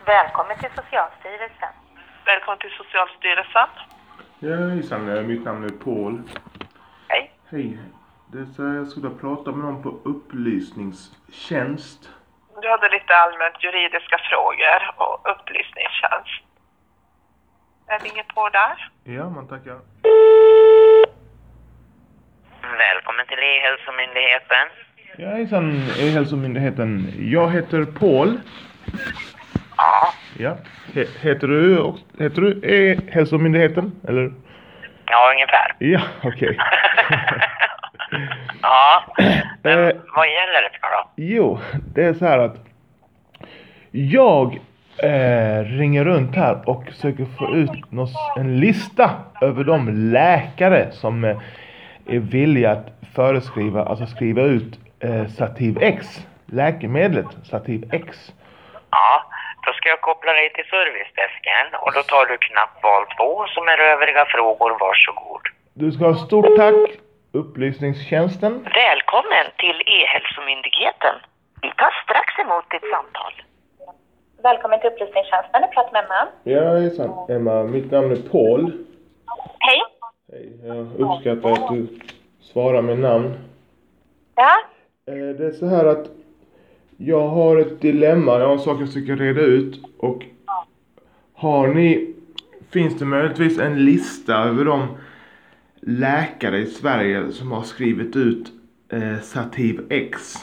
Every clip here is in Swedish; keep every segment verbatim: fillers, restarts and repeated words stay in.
Välkommen till Socialstyrelsen. Välkommen till Socialstyrelsen. Ja, hejsan. Mitt namn är Paul. Hej. Hej. Det är så här, jag skulle prata med någon på upplysningstjänst. Du hade lite allmänt juridiska frågor och upplysningstjänst. Jag ringer på där. Ja, man tackar. Välkommen till E-hälsomyndigheten. Ja, hejsan. E-hälsomyndigheten. Jag heter Paul. Ja. Ja. He- heter du också, heter du E-hälsomyndigheten, eller? Ja, ungefär. Ja, okej. Ja. Men Eh. vad gäller det för då? Jo, det är så här att jag eh, ringer runt här och försöker få ut någon, en lista över de läkare som eh, är villiga att föreskriva, alltså skriva ut eh, Sativ X, läkemedlet Sativ X. Ja, då ska jag koppla dig till servicedesken och då tar du knapp val två som är övriga frågor, varsågod. Du ska ha stort tack, upplysningstjänsten. Välkommen till E-hälsomyndigheten. Vi tar strax emot ditt samtal. Välkommen till upplysningstjänsten. Jag pratar med Emma. Ja, hejsan. Emma, mitt namn är Paul. Hej. Hej, jag uppskattar att du svarar med namn. Ja? Eh, Det är så här att jag har ett dilemma, jag har saker jag försöker reda ut. Och har ni, finns det möjligtvis en lista över de läkare i Sverige som har skrivit ut eh, Sativ X?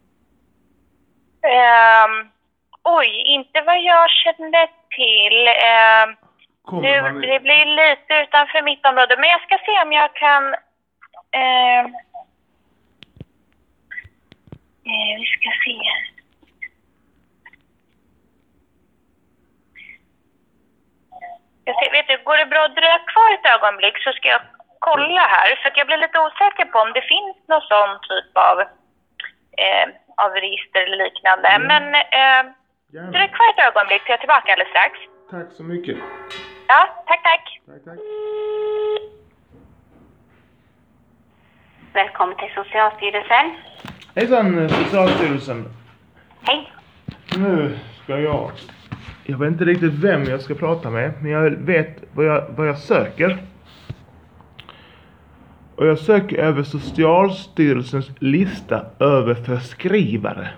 Um, oj, inte vad jag känner till. Um, Kommer nu, man- det blir lite utanför mitt område. Men jag ska se om jag kan... Um, eh, vi ska se. Jag ser, vet du, går det bra att dröja kvar ett ögonblick så ska jag kolla här. För att jag blir lite osäker på om det finns någon sån typ av, eh, av register eller liknande. Mm. Men eh, Gärna. dröj kvar ett ögonblick så jag är tillbaka alldeles strax. Tack så mycket. Ja, tack tack. Tack, tack. Välkommen till Socialstyrelsen. Hejsan, Socialstyrelsen. Hej. Nu ska jag... Jag vet inte riktigt vem jag ska prata med, men jag vet vad jag, vad jag söker. Och jag söker över Socialstyrelsens lista över förskrivare.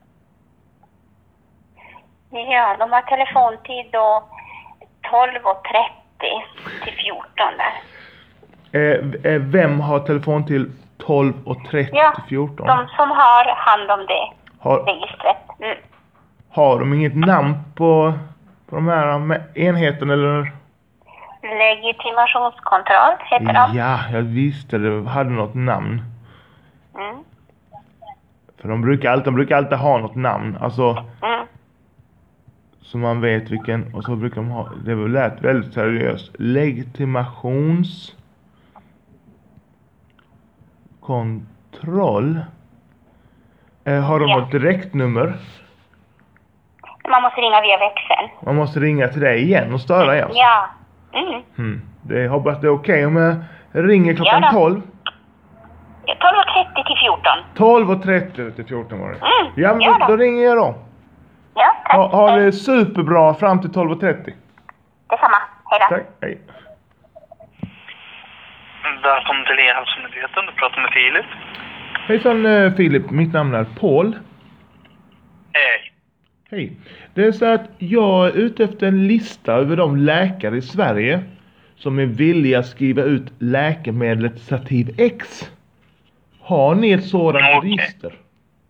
Ja, de har telefontid då tolv och trettio till fjorton där. Eh, eh, vem har telefon till tolv och trettio Ja, till fjorton? de som har hand om det Har, registret. Mm. har de inget namn på, på de här me- enheten eller? Legitimationskontroll heter de. Ja, jag visste det hade något namn. Mm. För de brukar alltid, de brukar alltid ha något namn. Alltså, Mm. så man vet vilken. Och så brukar de ha, det var lät väldigt seriöst. Legitimations kontroll. Eh, har de Ja. något direktnummer? Man måste ringa via växeln. Man måste ringa till dig igen och störa er. Ja. Mm. Hmm. Det, jag hoppas det är okej om jag ringer klockan Ja då. tolv. tolv och trettio till fjorton. tolv och trettio till fjorton var det. Mm. Ja, men Ja då, då. då ringer jag då. Ja, tack. Ha, ha det superbra fram till tolv och trettio. Detsamma. Hej då. Tack, hej. Välkommen till E-hälsomyndigheten. Du pratar med Filip. Hejsan eh, Filip, mitt namn är Paul. Hej. Hej. Det är så att jag är ute efter en lista över de läkare i Sverige som är villiga att skriva ut läkemedlet Sativ X. Har ni ett sådant Okej. register? Uh,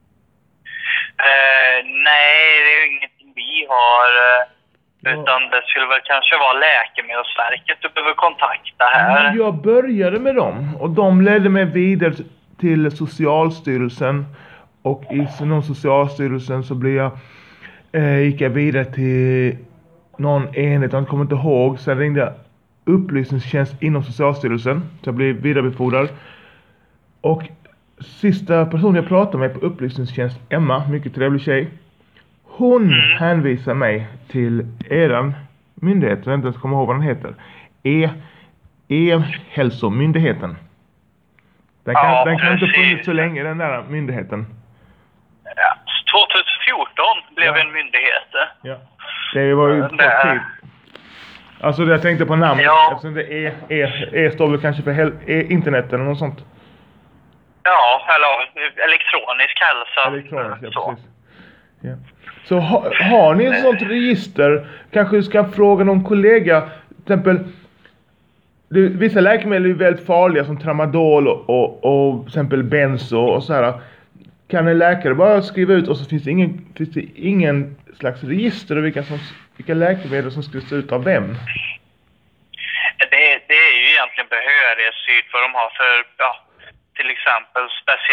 nej, det är ju ingenting vi har. Uh, Ja. Utan det skulle väl kanske vara Läkemedelsverket du behöver kontakta här. Jag började med dem och de ledde mig vidare till Socialstyrelsen. Och inom Socialstyrelsen så blev jag, eh, gick jag vidare till någon enhet, jag kommer inte ihåg. Sen ringde jag upplysningstjänst inom Socialstyrelsen, så jag blev vidarebefordrad. Och sista personen jag pratade med på upplysningstjänst, Emma, mycket trevlig tjej. Hon Mm. hänvisar mig till eran myndighet, jag vet inte ens kommer ihåg vad den heter. E, E-hälsomyndigheten. Den kan, Ja, den kan inte precis. funnits så länge, den där myndigheten. Ja, tjugo fjorton blev Ja. en myndighet. Ja. Det var ju kort tid. Alltså jag tänkte på namnet. Ja. Eftersom det är, är, är står väl kanske för hel, är internet eller något sånt. Ja, eller elektronisk hälsa. Elektronisk, ja, så. precis. Ja. Så ha, har ni ett sånt register? Kanske du ska fråga någon kollega. Till exempel, det, vissa läkemedel är väldigt farliga som tramadol och, och, och till exempel benzo och så här. Kan en läkare bara skriva ut och så finns det ingen, finns det ingen slags register och vilka, som, vilka läkemedel som skrivs ut av vem? Det, det är ju egentligen behörighetsstyrt vad de har för, ja, till exempel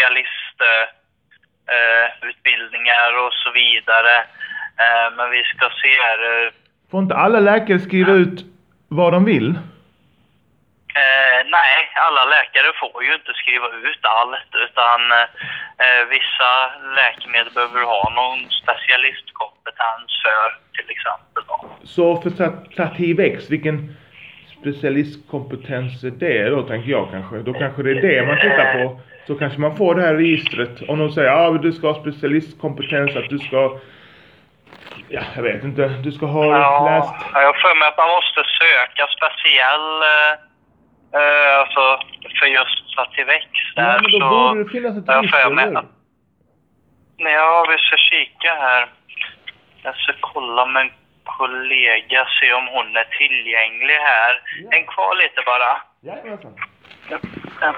specialistutbildningar eh, och så vidare. Eh, men vi ska se här. Eh, Får inte alla läkare skriva ut vad de vill? Eh, nej, alla läkare får ju inte skriva ut allt, utan eh, vissa läkemedel behöver ha någon specialistkompetens för, till exempel. Då. Så för Sativex, vilken specialistkompetens är det då, tänker jag kanske? Då kanske det är det man tittar på. Så kanske man får det här registret. Om de säger, ja ah, du ska ha specialistkompetens, att du ska... Ja, jag vet inte. Du ska ha ja, läst... Jag har för mig att man måste söka speciell... Eh, Uh, alltså för just Sativex där. Ja, men då så borde det finnas ett register, eller? Nej, ja, vi ska kika här. Jag ska kolla med en kollega, se om hon är tillgänglig här. Ja. En kvar lite bara. Ja, ja, ja. Ja.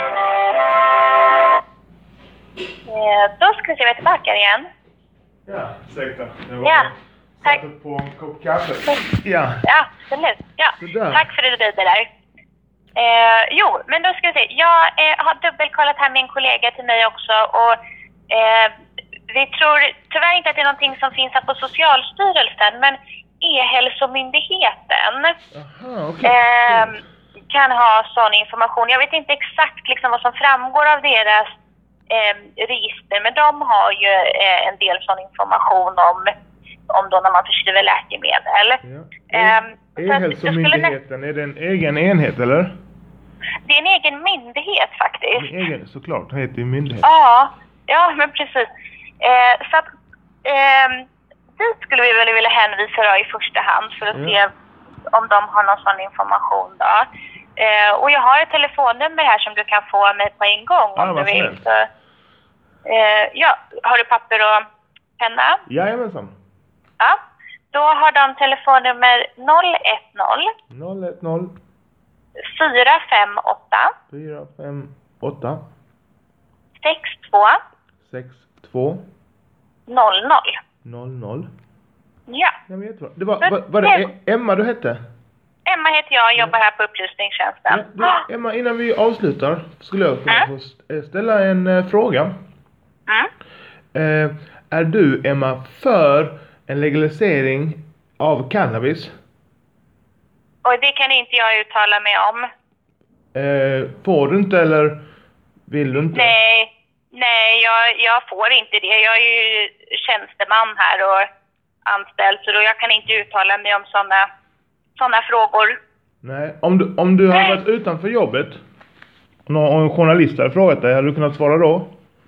Eh, då ska vi se, vi är tillbaka igen. Ja, säkert. Ja, tack. På en kopp kaffe. Ja. Ja, absolut. Ja. Sådär. Tack för det du där. Eh, jo, men då ska vi se. Jag eh, har dubbelkollat här med en kollega till mig också och eh, vi tror tyvärr inte att det är någonting som finns här på Socialstyrelsen, men E-hälsomyndigheten Aha, okay. eh, kan ha sån information. Jag vet inte exakt liksom vad som framgår av deras eh, register, men de har ju eh, en del sån information om, om då när man förskriver läkemedel. Ja. Eh, E-hälsomyndigheten, är det en egen enhet eller? Det är en egen myndighet faktiskt. En egen, såklart. Det heter ju myndighet. Ja, ja men precis. Eh, så att eh, dit skulle vi väl vilja hänvisa då i första hand för att Ja. se om de har någon sån information då. Eh, och jag har ett telefonnummer här som du kan få mig på en gång Ja, om du vad vill. snällt. Så, eh, ja, har du papper och penna? Jajamensan. Ja. Då har de telefonnummer noll ett noll noll ett noll fyra fem åtta fyra fem åtta sex två sex två noll noll. noll noll. Ja. Jag vet vad. Det var, var, var det E- Emma du hette? Emma heter jag och jobbar här på upplysningstjänsten. Ja, du, Emma, innan vi avslutar skulle jag kunna Mm. få st- ställa en eh, fråga. Mm. Eh, är du, Emma, för en legalisering av cannabis? Och det kan inte jag uttala mig om. Eh, får du inte eller vill du inte? Nej, nej jag, jag får inte det. Jag är ju tjänsteman här och anställd, så då jag kan inte uttala mig om sådana såna frågor. Nej, om du, om du har varit utanför jobbet och någon journalist hade frågat dig, hade du kunnat svara då?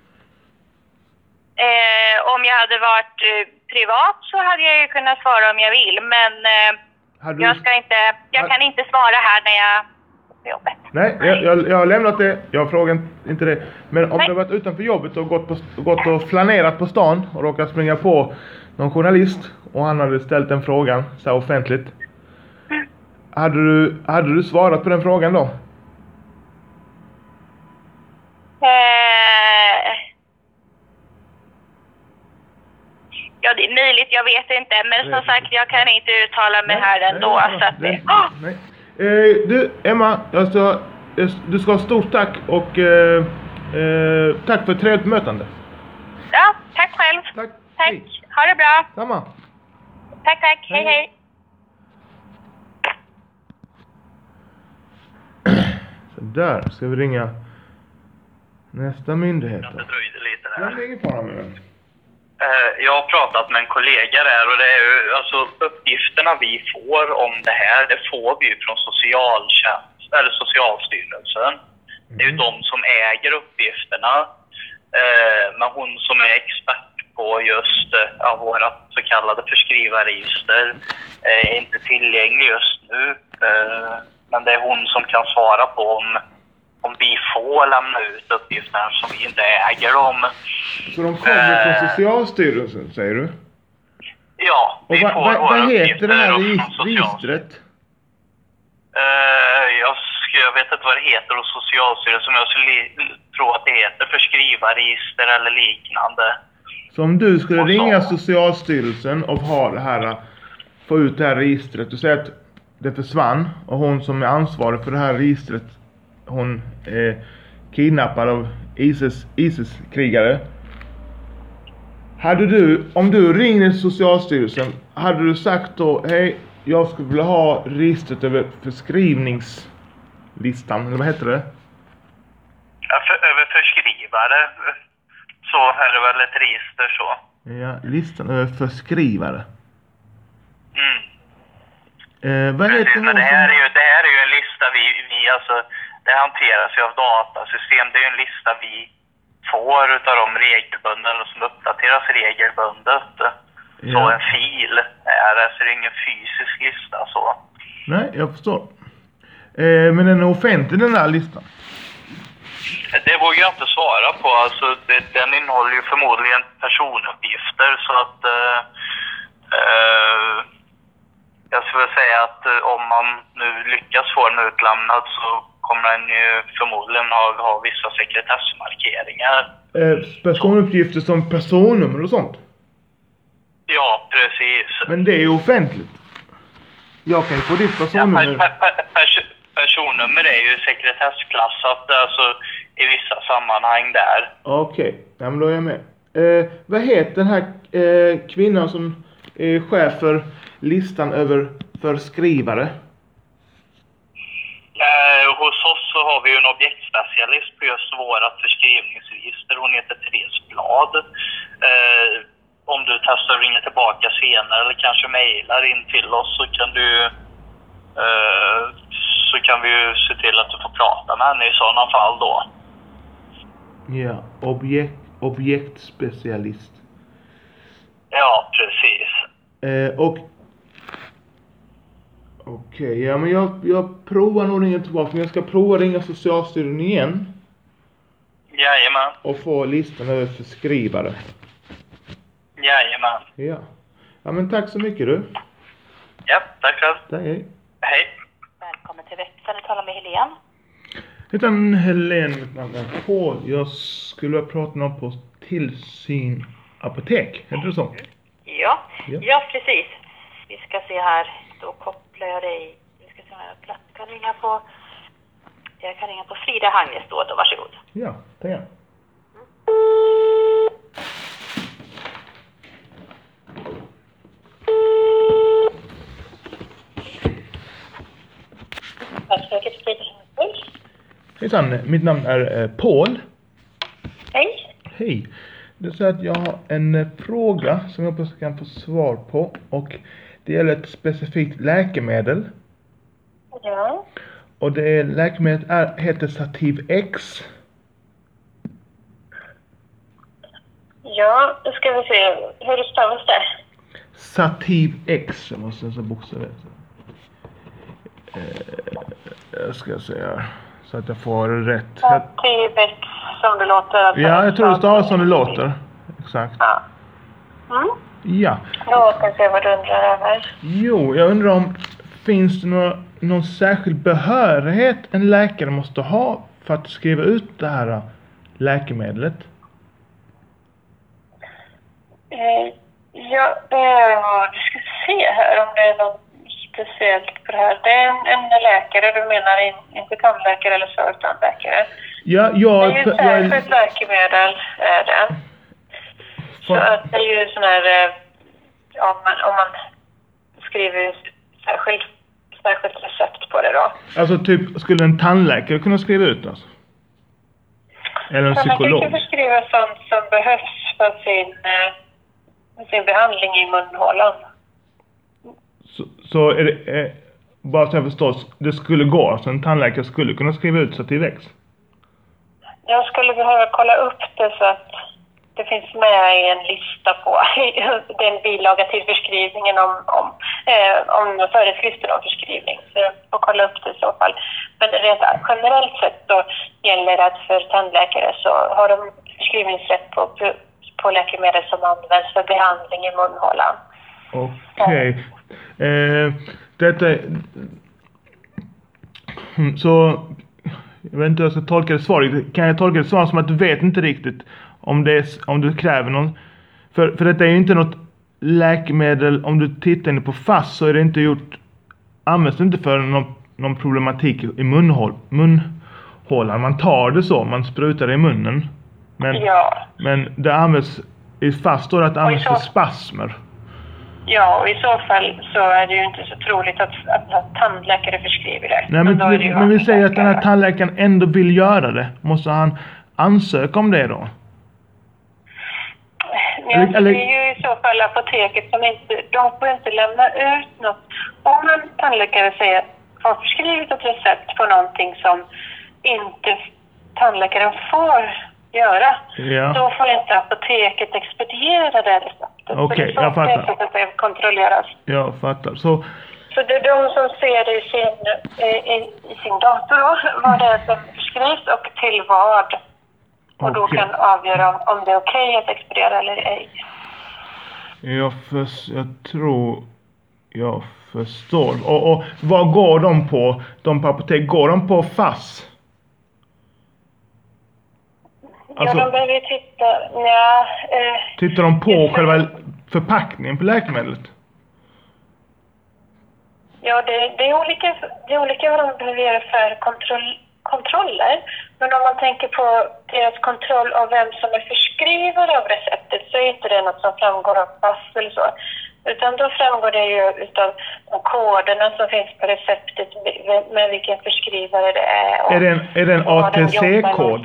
Eh, om jag hade varit eh, privat så hade jag ju kunnat svara om jag vill, men eh, Hade jag du... ska inte, jag Hade- kan inte svara här när jag är på jobbet. Nej, jag, jag, jag har lämnat det. Jag frågar inte det. Men om Nej. du har varit utanför jobbet och gått, på, gått och flanerat på stan och råkat springa på någon journalist och han hade ställt en fråga så här offentligt. Hade du, hade du svarat på den frågan då? Eh, ja, det är möjligt, jag vet inte. Men som vet sagt, jag kan inte uttala mig här ändå. nej, Så att det... nej, Ah! nej. Eh, du, Emma, alltså, eh, du ska ha stort tack och eh, eh, tack för ett trevligt mötande. Ja, tack själv. Tack. Tack. Hej. Ha det bra. Samma. Tack, tack. Hej, Hej. hej. Så där ska vi ringa nästa myndighet. Det dröjde lite Ja, där. det är ingen fara med det. Eh, Jag har pratat med en kollega där och det är ju, alltså uppgifterna vi får om det här, det får vi ju från socialtjänst, eller Socialstyrelsen. Det är ju de som äger uppgifterna. Eh, Men hon som är expert på just ja, våra så kallade förskrivarregister är inte tillgänglig just nu. Men det är hon som kan svara på om, om vi får lämna ut uppgifterna som vi inte äger dem. Så de kommer från Socialstyrelsen, säger du? Ja, vi och får va, va, våra vad heter det här uppgifter registret? Uh, jag, jag vet inte vad det heter hos Socialstyrelsen, men jag skulle tro att det heter förskrivarregister eller liknande. Så om du skulle ringa Socialstyrelsen och ha det här, få ut det här registret, du säger att det försvann och hon som är ansvarig för det här registret, hon är kidnappad av ISIS, ISIS-krigare. Hade du, om du ringde Socialstyrelsen, hade du sagt då, hej, jag skulle vilja ha registret över förskrivningslistan, eller vad heter det? Ja, för, över förskrivare så är det väl ett register så. Ja, listan över förskrivare. Mm. Eh, vad heter Precis, hon det, här som... är ju, det här är ju en lista vi, vi alltså, det hanteras ju av datasystem. Det är ju en lista vi får utav de regelbunden som uppdateras regelbundet. Så Ja. en fil är det, så det är ingen fysisk lista så. Nej, jag förstår. Eh, men den är offentlig, den här listan. Det vågar jag inte svara på. Alltså, det, den innehåller ju förmodligen personuppgifter så att eh, eh, jag skulle säga att eh, om man nu lyckas få den utlämnad så kommer den ju förmodligen ha, ha vissa sekretessmarkeringar. Eh, personuppgifter som personnummer och sånt. Ja, precis. Men det är ju offentligt. Jag kan ju få ditt Ja, personnummer. per, per, pers, personnummer är ju sekretessklassat alltså, i vissa sammanhang där. Okej, okay. Ja, men då är jag med. Eh, vad heter den här eh, kvinnan som är chef för listan över förskrivare? Eh, hos oss så har vi ju en objektspecialist på just vårat förskrivningsregister. Hon heter Therese Blad. Eh, om du testar att ringa tillbaka senare eller kanske mejlar in till oss så kan du eh, så kan vi ju se till att du får prata med henne i sådana fall då. Ja, objekt, objektspecialist. Ja, precis. Eh, och okej, okay, ja men jag, jag provar nog ringa tillbaka, men jag ska prova ringa Socialstyrelsen igen. Jajamän. Och få listan över förskrivare. Jajamän. Ja. Ja men tack så mycket du. Ja, tack själv. Tack, hej. Hej. Välkommen till växeln, du talar med Helene. Utan Helene, mitt namn är Paul. Jag skulle vilja prata med någon på tillsyn apotek. Är det så? Ja. Ja. ja, precis. Vi ska se här. Då kopplar jag dig. Vi ska se om jag kan ringa på. Jag kan ringa på Frida Hagnes då. då. Varsågod. Ja, tackar. Hejsan, mitt namn är eh, Paul. Hej. Hej. Det är så att jag har en eh, fråga som jag hoppas jag kan få svar på. Och det gäller ett specifikt läkemedel. Ja. Och det är, läkemedlet är, heter Sativ X. Ja, då ska vi se. Hur det stavas det? Sativ X. Jag måste läsa bokstäver. Eh, jag ska säga så att jag får rätt. Sativ X som det låter. Ja, jag tror det stavas som det låter. Exakt. Ja. Mm. Ja. Då ska vi se vad du undrar över. Jo, jag undrar om finns det någon, någon särskild behörighet en läkare måste ha för att skriva ut det här läkemedlet? Eh, ja, eh, du ska se här om det är något speciellt på det här. Det är en, en läkare, du menar in, inte tandläkare eller så, utan läkare. Ja, jag... Det är ju ett särskilt jag, läkemedel, är det. Så att det är ju sån här, eh, om, man, om man skriver särskilt, särskilt recept på det då. Alltså typ, skulle en tandläkare kunna skriva ut alltså? Eller en psykolog? Man kan skriva sånt som behövs för sin, eh, sin behandling i munhålan. Så, så är det, eh, bara så jag förstår, det skulle gå, så en tandläkare skulle kunna skriva ut Sativ X? Jag skulle behöva kolla upp det så att det finns med i en lista på den bilaga till förskrivningen om, om, eh, om föreskrifter om förskrivning. Så jag får kolla upp det i så fall. Men rent generellt sett då gäller att för tandläkare så har de förskrivningsrätt på, på läkemedel som används för behandling i munhålan. Okej. Okay. Eh, detta... Så... Jag vet inte hur jag ska tolka det svaret. Kan jag tolka det svaret som att du vet inte riktigt om, det är, om du kräver någon... För, för detta är ju inte något läkemedel. Om du tittar in på F A S så är det inte gjort... Används det inte för någon, någon problematik i munhål, munhålan. Man tar det så, man sprutar det i munnen. Men, ja. men det används... I F A S står det att det används för spasmer. Ja, och i så fall så är det ju inte så troligt att, att, att tandläkare förskriver det. Nej, men, men, men vi säger att den här tandläkaren ändå vill göra det. Måste han ansöka om det då? Ja, eller, eller... Det är ju i så fall apoteket som inte... De får inte lämna ut något. Om en tandläkare säger har förskrivit ett recept på någonting som inte tandläkaren får göra, ja. Då får inte apoteket expediera det receptet. Okej, okay, jag fattar. Så att det kontrolleras. Jag fattar. Så, så det är de som ser det i sin, i, i sin dator då, vad det är som förskrivs och till vad. Och okay. Då kan avgöra om, om det är okej okay att expediera eller ej. Jag, för, jag tror jag förstår. Och, och vad går de på? De på apotek, går de på F A S? Alltså, ja, de behöver titta... Ja, eh, tittar de på själva förpackningen på läkemedlet? Ja, det, det, är olika, det är olika vad de behöver göra för kontroll, kontroller. Men om man tänker på deras kontroll av vem som är förskrivare av receptet så är inte det något som framgår av pass eller så. Utan då framgår det ju utav de koderna som finns på receptet med vilken förskrivare det är. Och är det en, är det en A T C-kod?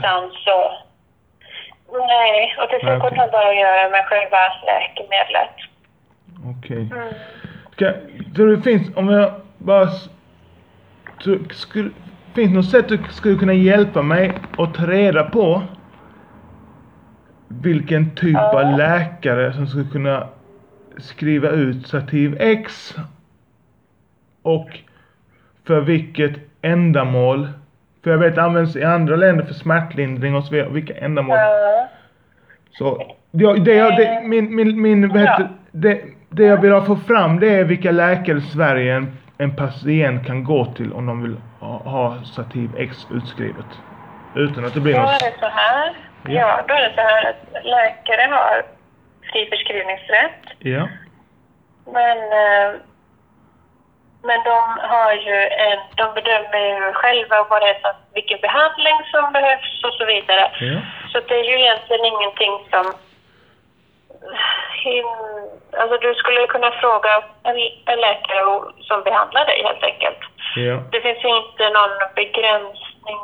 Nej, A T C-kod okay. har bara att göra med själva läkemedlet. Okej. Okay. Mm. Ska, så det finns, om jag bara... Så, skulle, finns något sätt du skulle kunna hjälpa mig att ta reda på vilken typ ja. av läkare som skulle kunna skriva ut Sativ X och för vilket ändamål? För jag vet att det används i andra länder för smärtlindring och så vidare. Vilka ändamål? Ja. Så det, det, det, min, min, min, vad heter, det, det jag vill ha få fram det är vilka läkare i Sverige en, en patient kan gå till om de vill ha, ha Sativ X utskrivet. Utan att det blir då något... Är det så här. Ja. ja, då är det så här att läkare har fri förskrivningsrätt. Ja. Men... Eh, Men de har ju en, de bedömer ju själva vad det är som, vilken behandling som behövs och så vidare. Ja. Så det är ju egentligen ingenting som... Alltså du skulle kunna fråga en, en läkare som behandlar dig helt enkelt. Ja. Det finns ju inte någon begränsning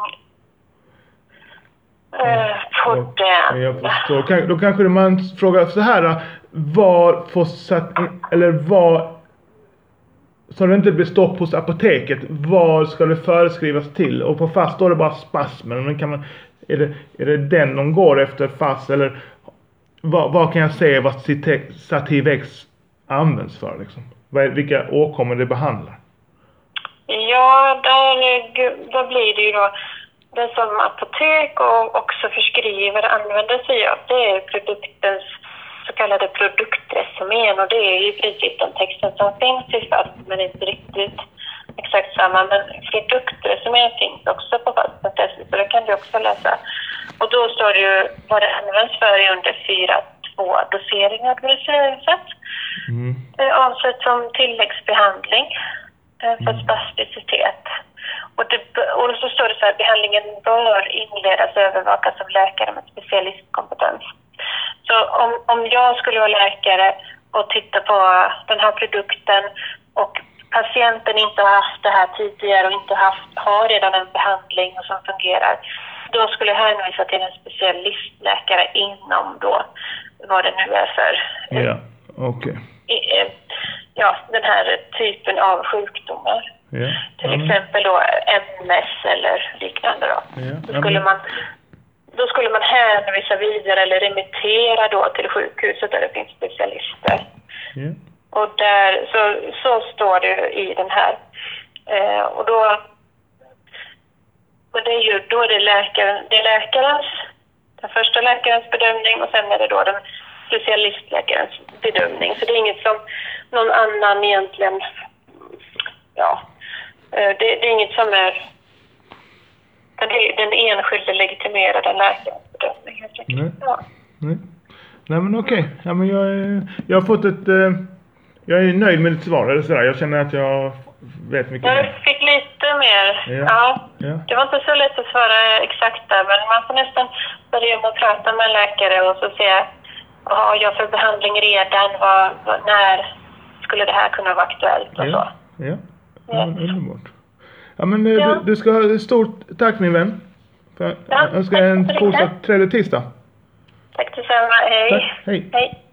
eh, på ja, den. Jag förstår. Då kanske man frågar så här, var får satt, eller vad... Så det inte blir stopp hos apoteket. Vad ska det föreskrivas till? Och på F A S står det bara spasmer. Men kan man, är, det, är det den de går efter F A S? Eller vad, vad kan jag säga vad Sativ X används för? Liksom? Vilka åkommor det behandlar? Ja, där, där blir det ju då det som apotek och också förskrivare använder sig av. Det är produktens så kallade produktresumén och det är ju i princip den texten som finns i F A S men inte riktigt exakt samma. Men produktresumén finns också på F A S punkt se så det kan du också läsa. Och då står det ju vad det används för i under fyra två doseringar doseringssätt. Mm. Avsett som tilläggsbehandling för spasticitet. Och, det, och så står det så här, behandlingen bör inledas och övervakas av läkare med specialistkompetens. Så om, om jag skulle vara läkare och titta på den här produkten och patienten inte har haft det här tidigare och inte haft, har redan en behandling som fungerar, då skulle jag hänvisa till en specialistläkare inom då vad det nu är för ja, okej. Okay. Ja, den här typen av sjukdomar. Ja. Till mm. exempel då M S eller liknande då. Ja. Då skulle man då skulle man hänvisa vidare eller remittera då till sjukhuset där det finns specialister. Yeah. Och där, så, så står det i den här. Eh, och då, och det är ju, då är det, läkaren, det är läkarens, den första läkarens bedömning och sen är det då den specialistläkarens bedömning. Så det är inget som någon annan egentligen, ja, eh, det, det är inget som är den, den enskilde legitimerade läkarens bedömning. Nej. Ja. Nej. Nej men okej, ja, men jag, är, jag har fått ett, eh, jag är nöjd med ditt svar, eller sådär. Jag känner att jag vet mycket Jag mer. fick lite mer, Ja. ja. Ja. Det var inte så lätt att svara exakt där, men man får nästan börja med att prata med en läkare och så se vad har jag för behandling redan, vad, vad, när skulle det här kunna vara aktuellt och Ja, så. ja. Ja, Ja. men underbart. Ja men eh, Ja. du, du ska ha stort tack min vän. För Ja, jag önskar tack en så mycket. fortsatt trevlig tisdag. Tack detsamma, hej. Tack, hej. Hej.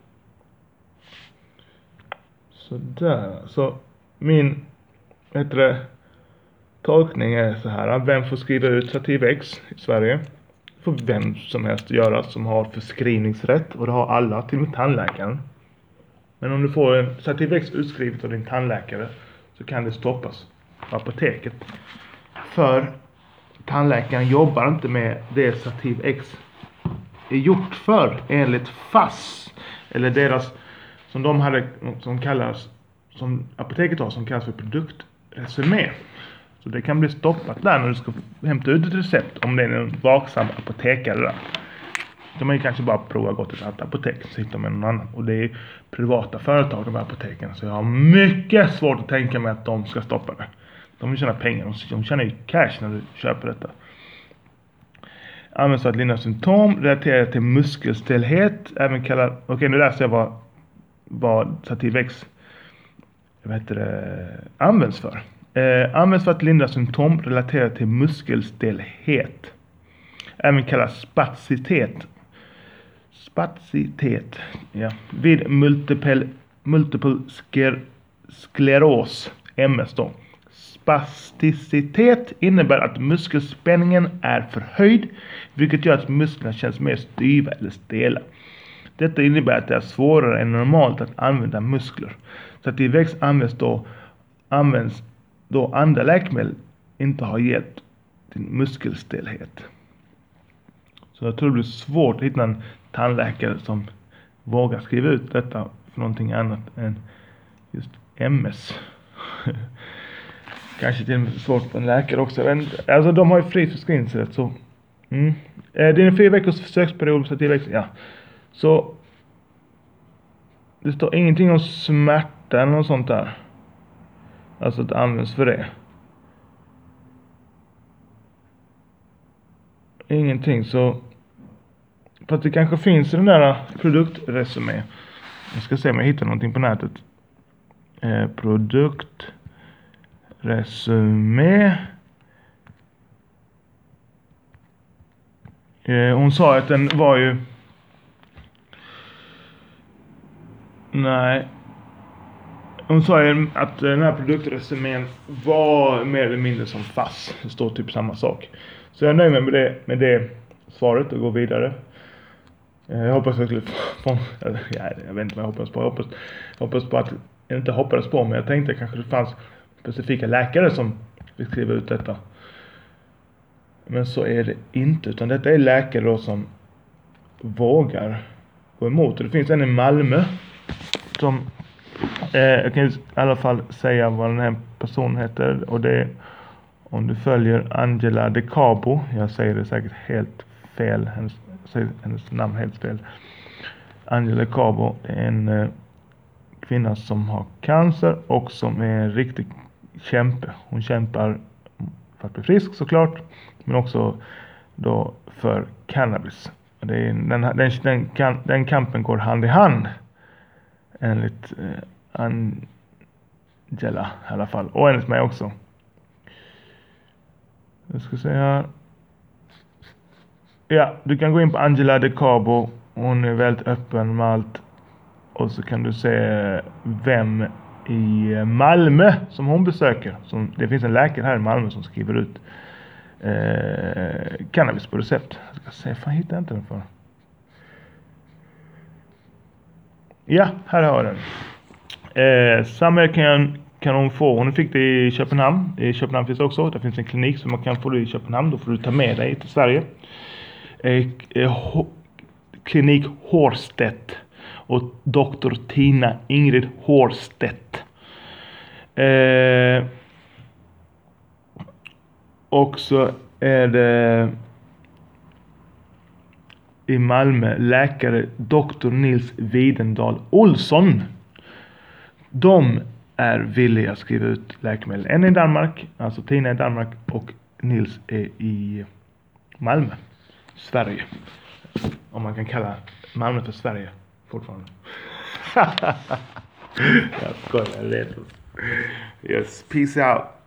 Sådär, så min heter det, tolkning är så här. Vem får skriva ut Sativex i Sverige? Får vem som helst göra som har förskrivningsrätt. Och det har alla, till och med tandläkaren. Men om du får en Sativex utskrivet av din tandläkare så kan det stoppas på apoteket. För tandläkaren jobbar inte med det Sativex är gjort för enligt F A S. Eller deras, som de hade, som kallas, som apoteket har, som kallas för produktresumé. Så det kan bli stoppat där när du ska hämta ut ett recept, om det är en vaksam apotekare där. De har ju kanske bara provat gått till ett annat apotek, så hittar med någon annan. Och det är privata företag, de här apoteken. Så jag har mycket svårt att tänka mig att de ska stoppa det. De vill tjäna pengar, de tjänar ju cash när du köper detta. Används för att lindra symptom relaterade till muskelstelhet. Även kallad, okej okay, nu läser jag vad, vad Sativex vad heter det, används för. Eh, används för att lindra symptom relaterade till muskelstelhet. Även kallad spasicitet. Spasicitet. Ja. Vid multiple, multiple sker, skleros. M S då. Spasticitet innebär att muskelspänningen är förhöjd, vilket gör att musklerna känns mer styva eller stela. Detta innebär att det är svårare än normalt att använda muskler. Sativex används då, används då andra läkemedel inte har gett till muskelstelhet. Så jag tror det blir svårt att hitta en tandläkare som vågar skriva ut detta för någonting annat än just M S. Kanske till och med svårt för en läkare också. Men, alltså de har ju fri förskrivningsrätt så. Mm. Det är en fyra veckors försöksperiod så Sativex. Ja. Så det står ingenting om smärta eller något sånt där. Alltså att det används för det. Ingenting så. Fast det kanske finns i den där produktresumé. Jag ska se om jag hittar någonting på nätet. Eh, produkt resumé. Eh, hon sa att den var ju... Nej. Hon sa ju att den här produktresumén var mer eller mindre som F A S. Det står typ samma sak. Så jag är nöjd med det, med det svaret och går vidare. Eh, jag hoppas att jag skulle få... Ja, jag vet inte vad jag hoppas på. Jag hoppas, jag hoppas på att jag inte hoppades på, men jag tänkte kanske det fanns specifika läkare som vill skriva ut detta. Men så är det inte, utan detta är läkare då som vågar gå emot. Det finns en i Malmö som eh, jag kan i alla fall säga vad den här personen heter, och det är, om du följer Angela De Cabo, jag säger det säkert helt fel, hennes, säger hennes namn helt fel. Angela De Cabo är en eh, kvinna som har cancer och som är en riktig kämpe. Hon kämpar för att bli frisk såklart, men också då för cannabis. Det är, den, den, den, kan, den kampen går hand i hand enligt eh, Angela i alla fall, och enligt mig också. Jag ska se här. Ja, du kan gå in på Angela De Cabo. Hon är väldigt öppen med allt. Och så kan du se vem i Malmö som hon besöker. Som, det finns en läkare här i Malmö som skriver ut eh, cannabis på recept. Jag ska se, fan hittar jag inte den för. Ja, här har jag den. Eh, samma kan, kan hon få. Hon fick det i Köpenhamn. I Köpenhamn finns det också. Det finns en klinik som man kan få det i Köpenhamn. Då får du ta med dig till Sverige. Eh, eh, ho, klinik Hårstedt. Och doktor Tina Ingrid Hårstedt. Eh, och så är det i Malmö läkare doktor Nils Widendal Olsson. De är villiga att skriva ut läkemedel. En i Danmark, alltså Tina i Danmark och Nils är i Malmö, Sverige. Om man kan kalla Malmö för Sverige fortfarande. Jag skojar, det är det. Yes, peace out.